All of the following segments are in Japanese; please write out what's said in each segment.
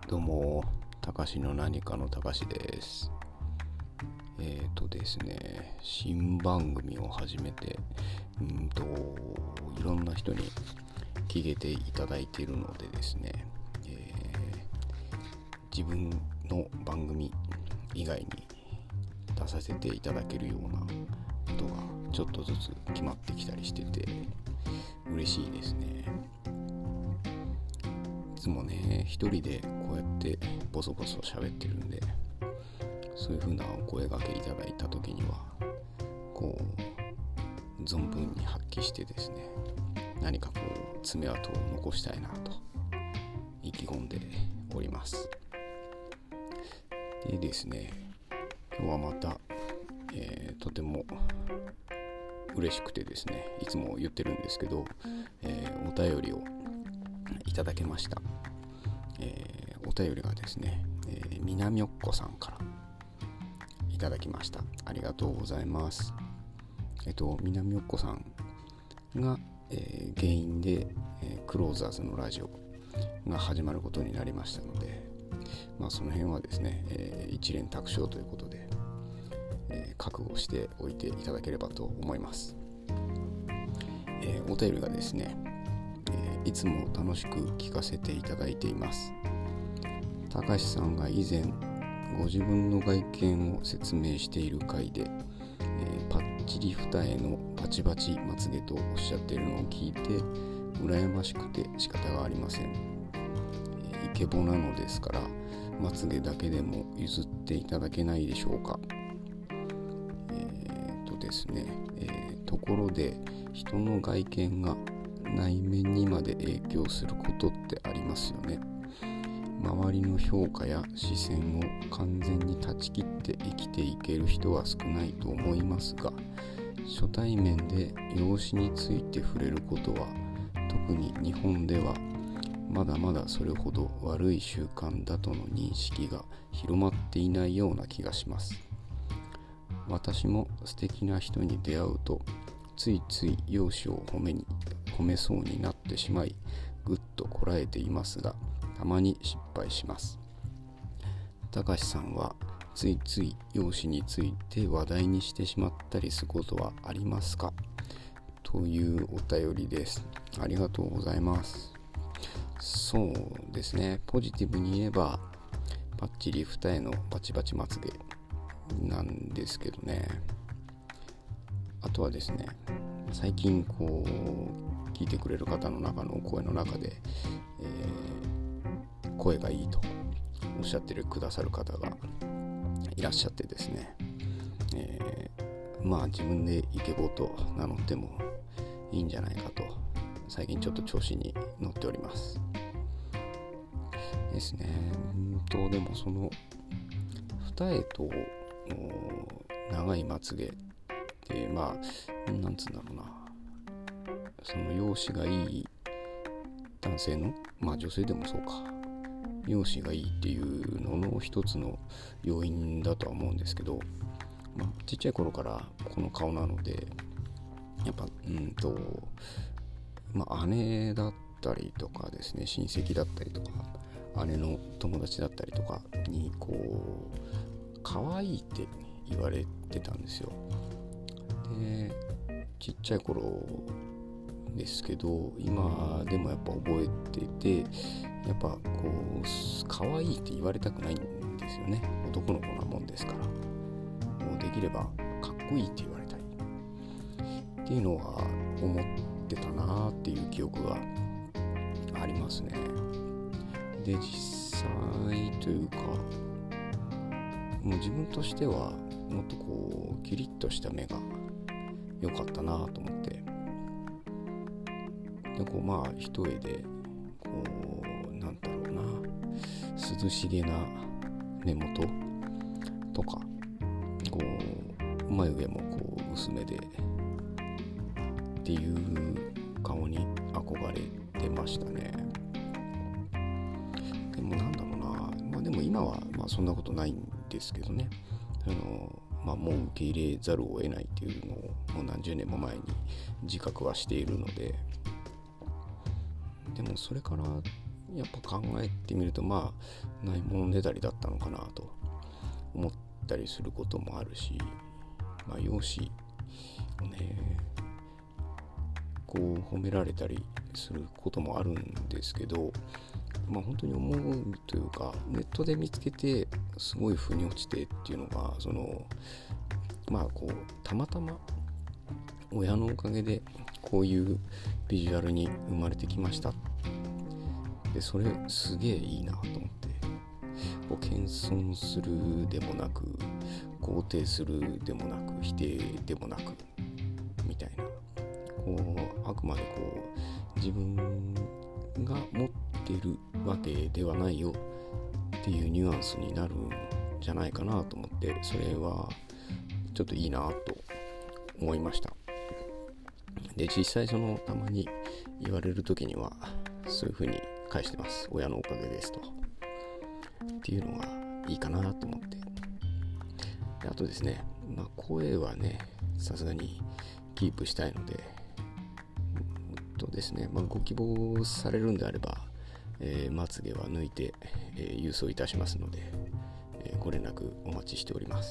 どうも、たかしの何かのたかしです。ですね、新番組を始めて、いろんな人に聞けていただいているのでですね、自分の番組以外に出させていただけるようなことがちょっとずつ決まってきたりしてて嬉しいですね。いつもね、一人でこうやってボソボソ喋ってるんで、そういう風なお声掛けいただいた時にはこう存分に発揮してですね、何かこう爪痕を残したいなと意気込んでおります。でですね、今日はまた、とても嬉しくてですね、いつも言ってるんですけど、お便りをいただけました。お便りがですね、みなみょっこさんからいただきました。ありがとうございます。みなみょっこさんが、原因で、クローザーズのラジオが始まることになりましたので、その辺はですね、一連卓上ということで、覚悟しておいていただければと思います。お便りがですね、いつも楽しく聞かせていただいています。たかしさんが以前ご自分の外見を説明している回で、パッチリ二重のバチバチまつげとおっしゃっているのを聞いて羨ましくて仕方がありません。イケボなのですからまつげだけでも譲っていただけないでしょうか。ですね、ところで人の外見が内面にまで影響することってありますよね。周りの評価や視線を完全に断ち切って生きていける人は少ないと思いますが、初対面で容姿について触れることは特に日本ではまだまだそれほど悪い習慣だとの認識が広まっていないような気がします。私も素敵な人に出会うとついつい容姿を褒めそうになってしまいぐっとこらえていますが、たまに失敗します。たかしさんはついつい容姿について話題にしてしまったりすることはありますか？というお便りです。ありがとうございます。そうですね、ポジティブに言えばパッチリ二重のバチバチまつげなんですけどね。あとはですね、最近こう聞いてくれる方の中の声の中で、声がいいとおっしゃってくださる方がいらっしゃってですね、自分でイケボと名乗ってもいいんじゃないかと最近ちょっと調子に乗っておりますですね。でもその二重と長いまつげで、なんつうんだろうな、その容姿がいい男性の、女性でもそうか、容姿がいいっていうのの一つの要因だとは思うんですけど、ちっちゃい頃からこの顔なので、やっぱ姉だったりとかですね、親戚だったりとか姉の友達だったりとかにこう可愛いって言われてたんですよ。で、ちっちゃい頃ですけど今でもやっぱ覚えてて、やっぱこう可愛いって言われたくないんですよね。男の子なもんですから、もうできればかっこいいって言われたいっていうのは思ってたなっていう記憶がありますね。で、実際というか、もう自分としてはもっとこうキリッとした目が良かったなと思って、で一重でこうなんだろうな、涼しげな目元とか、こう眉毛もこう薄めでっていう顔に憧れてましたね。でもなんだろうな、でも今はそんなことないんですけどね。もう受け入れざるを得ないっていうのをもう何十年も前に自覚はしているので、でもそれからやっぱ考えてみるとないものねだりだったのかなと思ったりすることもあるし、容姿をねこう褒められたりすることもあるんですけど、本当に思うというか、ネットで見つけてすごい腑に落ちてっていうのがたまたま親のおかげでこういうビジュアルに生まれてきました。でそれすげえいいなと思って、謙遜するでもなく肯定するでもなく否定でもなくみたいな、あくまで自分が持っているわけではないよっていうニュアンスになるんじゃないかなと思って、それはちょっといいなと思いました。で実際たまに言われる時にはそういう風に返してます。親のおかげですとっていうのがいいかなと思って。であとですね、声はねさすがにキープしたいので、ですね、ご希望されるんであれば、まつげは抜いて、郵送いたしますので、ご連絡お待ちしております。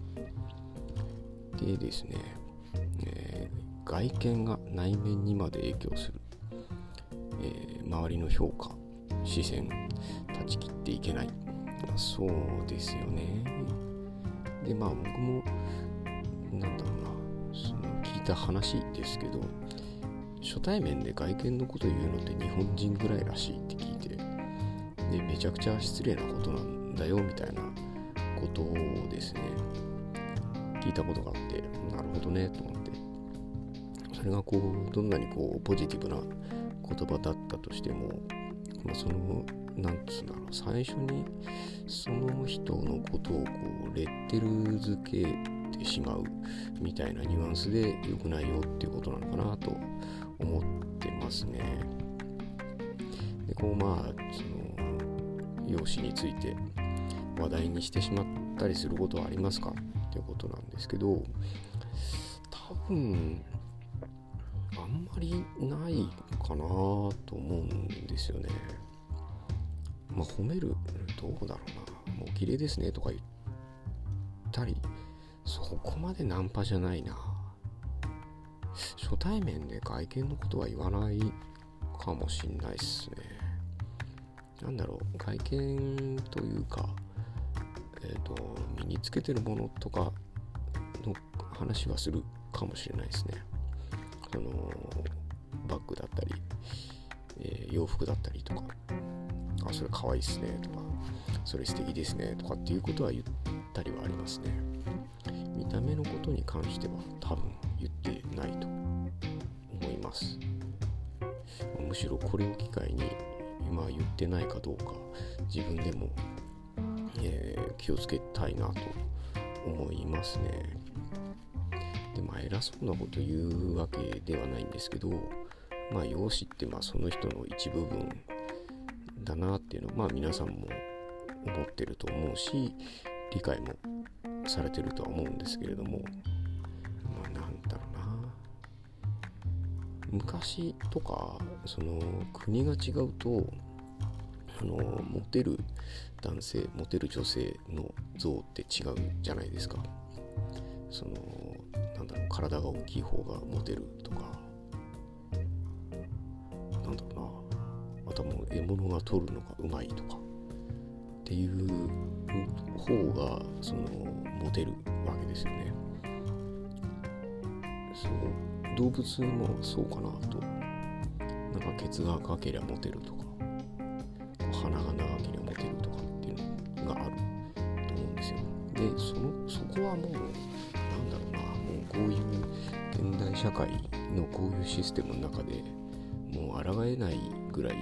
でですね、外見が内面にまで影響する、周りの評価、視線、断ち切っていけない、そうですよね。で僕も聞いた話ですけど、初対面で外見のこと言うのって日本人ぐらいらしいって聞いて、でめちゃくちゃ失礼なことなんだよみたいなことをですね聞いたことがあって、なるほどねと思って、それがどんなにポジティブな言葉だったとしても、最初にその人のことをレッテル付けてしまうみたいなニュアンスで良くないよっていうことなのかなと思ってますね。で容姿について話題にしてしまったりすることはありますかっていうことなんですけど、多分あんまりないかなと思うんですよね。褒める、どうだろうな、もう綺麗ですねとか言ったり、そこまでナンパじゃないな。初対面で外見のことは言わないかもしんないっすね。外見というか、身につけてるものとかの話はするかもしれないですね。バッグだったり、洋服だったりとか、それ可愛いっすねとか、それ素敵ですねとかっていうことは言ったりはありますね。見た目のことに関しては多分言ってないと思います。むしろこれを機会に言ってないかどうか自分でも、気をつけたいなと思いますね。で偉そうなこと言うわけではないんですけど、容姿ってその人の一部分だなっていうのを皆さんも思ってると思うし、理解もされてるとは思うんですけれども、昔とか国が違うとモテる男性、モテる女性の像って違うじゃないですか。体が大きい方がモテるとか、あとはもう獲物が取るのがうまいとかっていう方がモテるわけですよね。動物もそうかなと。ケツが赤ければモテるとか、鼻が長ければモテるとかっていうのがあると思うんですよ。でそこはもうもうこういう現代社会のこういうシステムの中でもう抗えないぐらい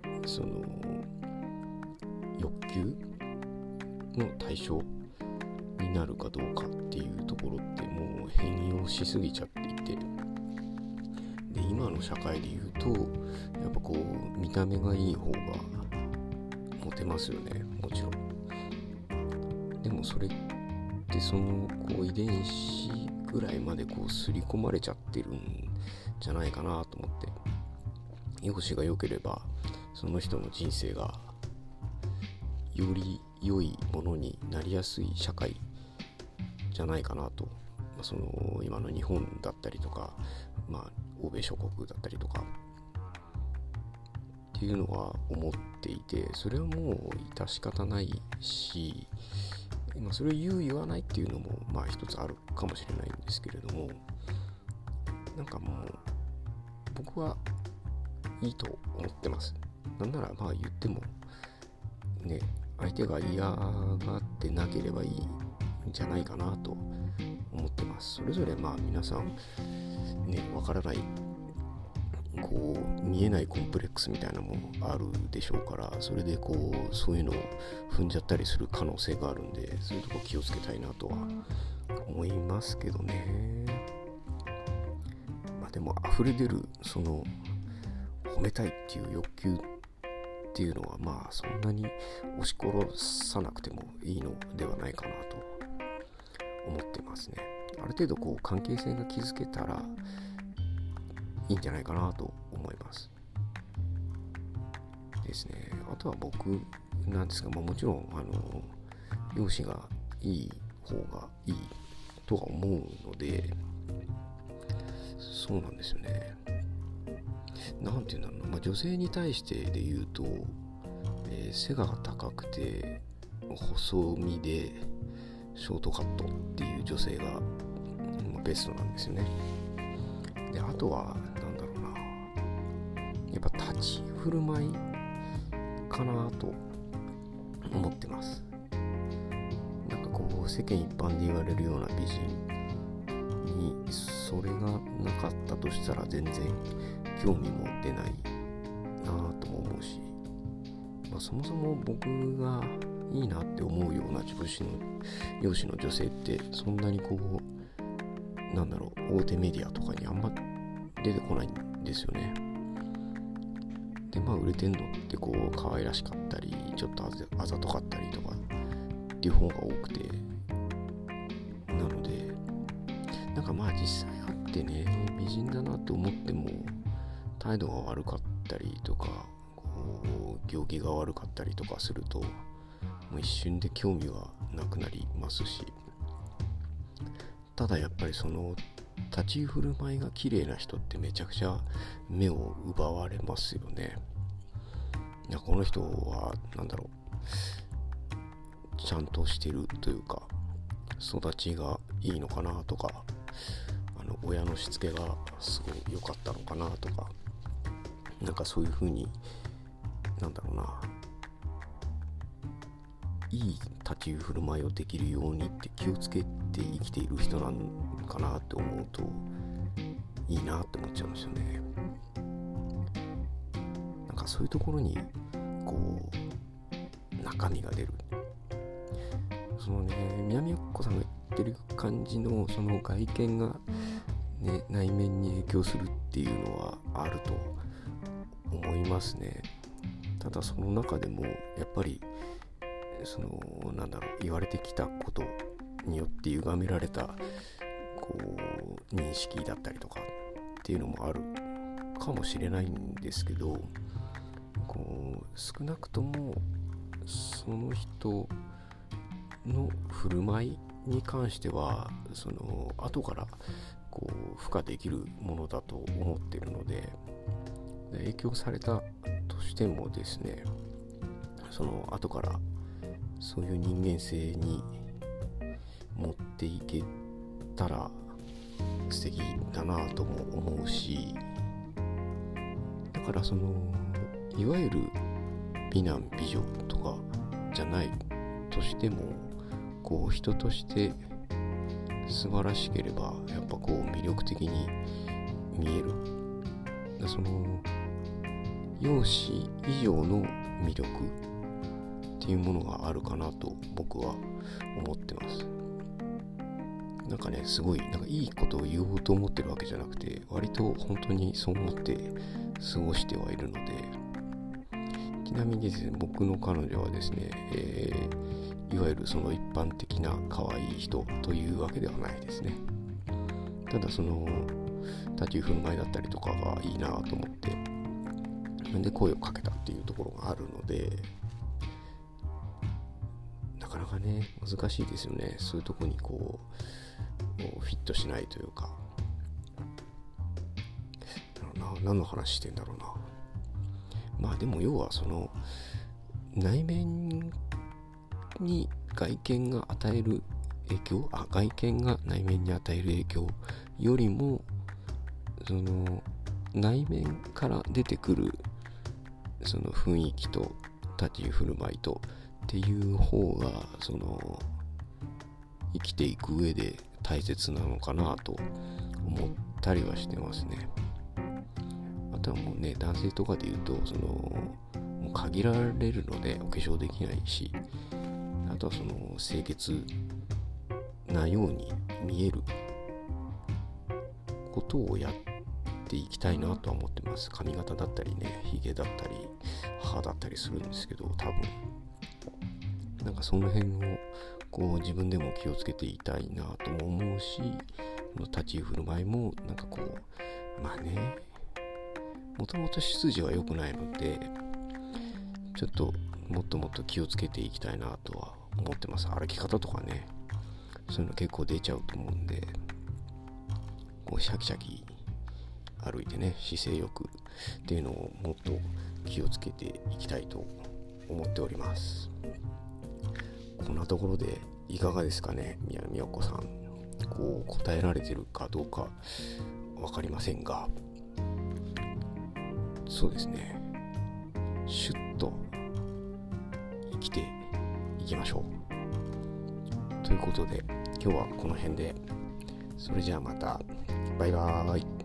欲求の対象になるかどうかっていうところってもう変容しすぎちゃっていて、で今の社会でいうとやっぱ見た目がいい方がモテますよね。もちろん。でもそれって遺伝子ぐらいまで刷り込まれちゃってるんじゃないかなと思って、容姿が良ければその人の人生がより良いものになりやすい社会じゃないかなと、その今の日本だったりとか、欧米諸国だったりとかっていうのは思っていて、それはもう致し方ないし、それを言わないっていうのも一つあるかもしれないんですけれども、なんかもう僕はいいと思ってます。なんなら言ってもね、相手が嫌がってなければいいんじゃないかなと思ってます。それぞれ皆さんね、わからない見えないコンプレックスみたいなものあるでしょうから、それでそういうのを踏んじゃったりする可能性があるんで、そういうとこ気をつけたいなとは思いますけどね。でも溢れ出るその褒めたいっていう欲求っていうのはそんなに押し殺さなくてもいいのではないかなと思ってますね。ある程度関係性が築けたらいいんじゃないかなと思いますですね。あとは僕なんですが、もちろん容姿がいい方がいいとは思うので、そうなんですよね。なんていうんだろうな、女性に対してで言うと、背が高くて細身でショートカットっていう女性がベストなんですよね。で、あとはなんだろうな、やっぱ立ち振る舞いかなと思ってます。なんか世間一般で言われるような美人にそれがなかったとしたら全然興味も出ないなとも思うし、そもそも僕がいいなって思うような容姿の女性ってそんなに大手メディアとかにあんま出てこないんですよね。で売れてんのって可愛らしかったり、ちょっとあざとかったりとかっていう方が多くて、なのでなんか実際会ってね、美人だなって思っても態度が悪かったりとか行儀が悪かったりとかすると、もう一瞬で興味はなくなりますし、ただやっぱりその立ち振る舞いが綺麗な人ってめちゃくちゃ目を奪われますよね。この人はちゃんとしてるというか、育ちがいいのかなとか、親のしつけがすごい良かったのかなとか、そういう風にいい立ち振る舞いをできるようにって気をつけて生きている人なのかなって思うといいなって思っちゃうんですよね。そういうところに中身が出る。そのね、南野子さんが言ってる感じのその外見がね、内面に影響するっていうのはあると思いますね。ただその中でもやっぱり言われてきたことによって歪められた認識だったりとかっていうのもあるかもしれないんですけど、少なくともその人の振る舞いに関しては後から付加できるものだと思っているので、影響されたとしてもですね、後からそういう人間性に持っていけたら素敵だなとも思うし、だからいわゆる美男美女とかじゃないとしても人として素晴らしければやっぱ魅力的に見える。容姿以上の魅力っていうものがあるかなと僕は思ってます。すごいいいことを言おうと思ってるわけじゃなくて、割と本当にそう思って過ごしてはいるので、ちなみにですね、僕の彼女はですね、いわゆる一般的な可愛い人というわけではないですね。ただ立ち振る舞いだったりとかがいいなと思ってで声をかけたっていうところがあるので、なかなかね難しいですよね。そういうとこにこうフィットしないというか、何の話してんだろうな。まあでも要はその内面に外見が与える影響、外見が内面に与える影響よりも、その内面から出てくるその雰囲気と立ち振る舞いとっていう方がその生きていく上で大切なのかなと思ったりはしてますね。あとはもうね、男性とかで言うとそのもう限られるのでお化粧できないし、あとはその清潔なように見えることをやっていきたいなとは思ってます。髪型だったりね、ひげだったり歯だったりするんですけど、多分なんかその辺をこう自分でも気をつけていたいなとも思うし、立ち居振る舞いもなんかこう、まあね、もともと出自は良くないので、ちょっともっともっと気をつけていきたいなとは思ってます。歩き方とかね、そういうの結構出ちゃうと思うんで、こうシャキシャキ歩いてね、姿勢よくっていうのをもっと気をつけていきたいと思っております。こんなところでいかがですかね、宮美代子さん。こう答えられてるかどうか分かりませんが、そうですね、シュッと生きていきましょうということで、今日はこの辺で。それじゃあまた。バイバーイ。